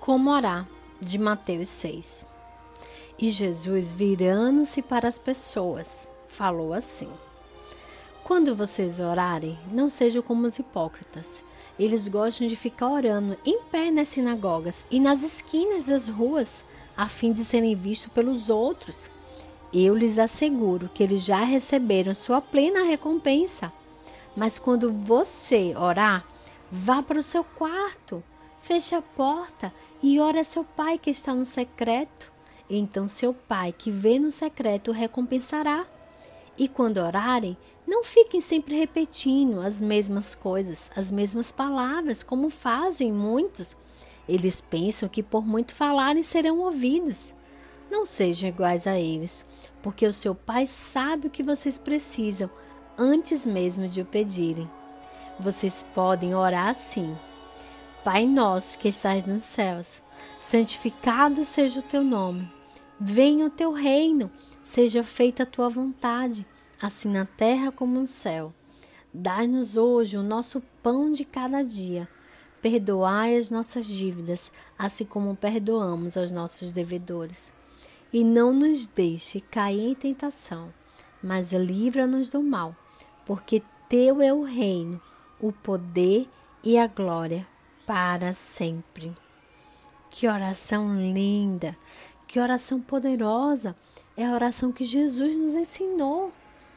Como orar, de Mateus 6. E Jesus, virando-se para as pessoas, falou assim: Quando vocês orarem, não sejam como os hipócritas. Eles gostam de ficar orando em pé nas sinagogas e nas esquinas das ruas, a fim de serem vistos pelos outros. Eu lhes asseguro que eles já receberam sua plena recompensa. Mas quando você orar, vá para o seu quarto, feche a porta e ore a seu pai que está no secreto. Então seu pai que vê no secreto o recompensará. E quando orarem, não fiquem sempre repetindo as mesmas coisas, as mesmas palavras, como fazem muitos. Eles pensam que por muito falarem serão ouvidos. Não sejam iguais a eles, porque o seu pai sabe o que vocês precisam antes mesmo de o pedirem. Vocês podem orar assim: Pai nosso que estás nos céus, santificado seja o teu nome. Venha o teu reino, seja feita a tua vontade, assim na terra como no céu. Dai-nos hoje o nosso pão de cada dia. Perdoai as nossas dívidas, assim como perdoamos aos nossos devedores. E não nos deixe cair em tentação, mas livra-nos do mal, porque teu é o reino, o poder e a glória para sempre. Que oração linda, que oração poderosa, é a oração que Jesus nos ensinou.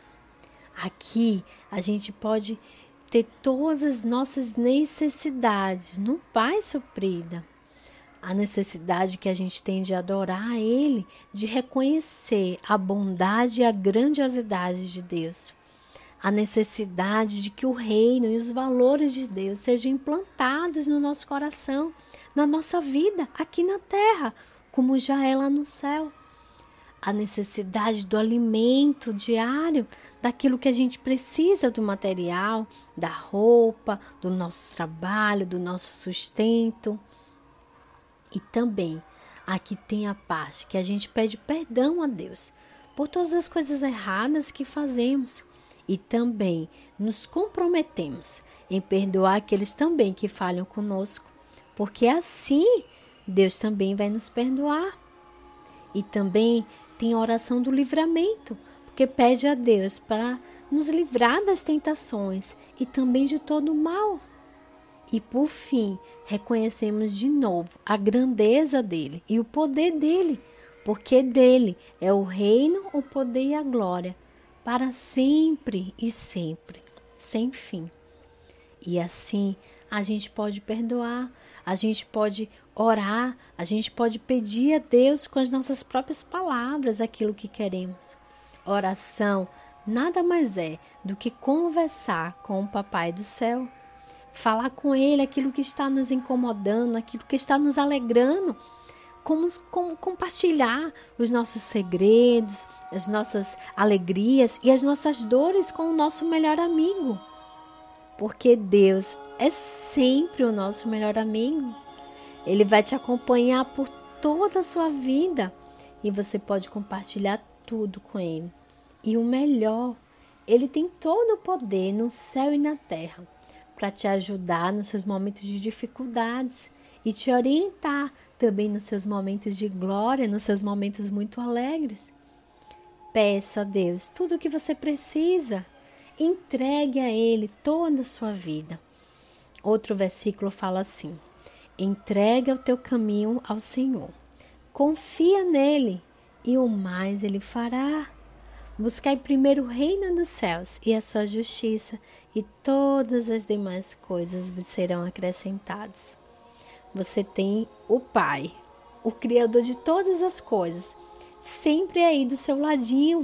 Aqui a gente pode ter todas as nossas necessidades no Pai suprida. A necessidade que a gente tem de adorar a Ele, de reconhecer a bondade e a grandiosidade de Deus. A necessidade de que o reino e os valores de Deus sejam implantados no nosso coração, na nossa vida, aqui na terra, como já é lá no céu. A necessidade do alimento diário, daquilo que a gente precisa do material, da roupa, do nosso trabalho, do nosso sustento. E também aqui tem a parte que a gente pede perdão a Deus por todas as coisas erradas que fazemos. E também nos comprometemos em perdoar aqueles também que falham conosco, porque assim Deus também vai nos perdoar. E também tem a oração do livramento, porque pede a Deus para nos livrar das tentações e também de todo o mal. E por fim, reconhecemos de novo a grandeza dele e o poder dele, porque dele é o reino, o poder e a glória, para sempre e sempre, sem fim. E assim a gente pode perdoar, a gente pode orar, a gente pode pedir a Deus com as nossas próprias palavras aquilo que queremos. Oração nada mais é do que conversar com o Papai do céu. Falar com Ele aquilo que está nos incomodando, aquilo que está nos alegrando. Como compartilhar os nossos segredos, as nossas alegrias e as nossas dores com o nosso melhor amigo. Porque Deus é sempre o nosso melhor amigo. Ele vai te acompanhar por toda a sua vida e você pode compartilhar tudo com Ele. E o melhor, Ele tem todo o poder no céu e na terra para te ajudar nos seus momentos de dificuldades e te orientar também nos seus momentos de glória, nos seus momentos muito alegres. Peça a Deus tudo o que você precisa. Entregue a Ele toda a sua vida. Outro versículo fala assim: entrega o teu caminho ao Senhor. Confia nele e o mais Ele fará. Buscai primeiro o reino dos céus e a sua justiça, e todas as demais coisas vos serão acrescentadas. Você tem o Pai, o Criador de todas as coisas, sempre aí do seu ladinho.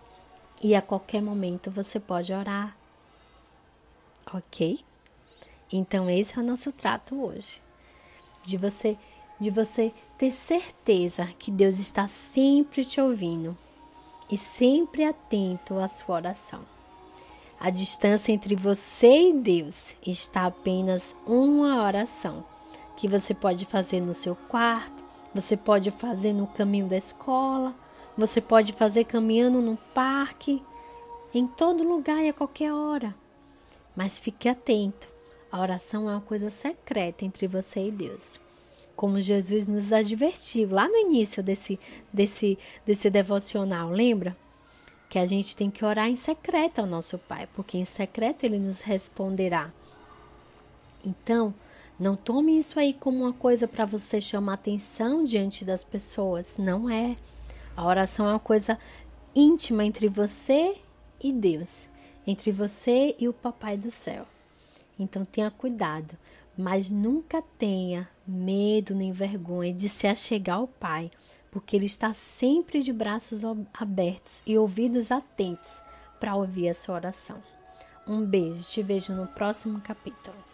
E a qualquer momento você pode orar. Ok? Então esse é o nosso trato hoje. De você ter certeza que Deus está sempre te ouvindo e sempre atento à sua oração. A distância entre você e Deus está apenas uma oração, que você pode fazer no seu quarto, você pode fazer no caminho da escola, você pode fazer caminhando no parque, em todo lugar e a qualquer hora. Mas fique atento, a oração é uma coisa secreta entre você e Deus. como Jesus nos advertiu lá no início desse devocional, lembra? Que a gente tem que orar em secreto ao nosso Pai, porque em secreto Ele nos responderá. Então, não tome isso aí como uma coisa para você chamar atenção diante das pessoas. Não é. A oração é uma coisa íntima entre você e Deus, entre você e o Papai do céu. Então, tenha cuidado, mas nunca tenha medo nem vergonha de se achegar ao Pai, porque Ele está sempre de braços abertos e ouvidos atentos para ouvir a sua oração. Um beijo, te vejo no próximo capítulo.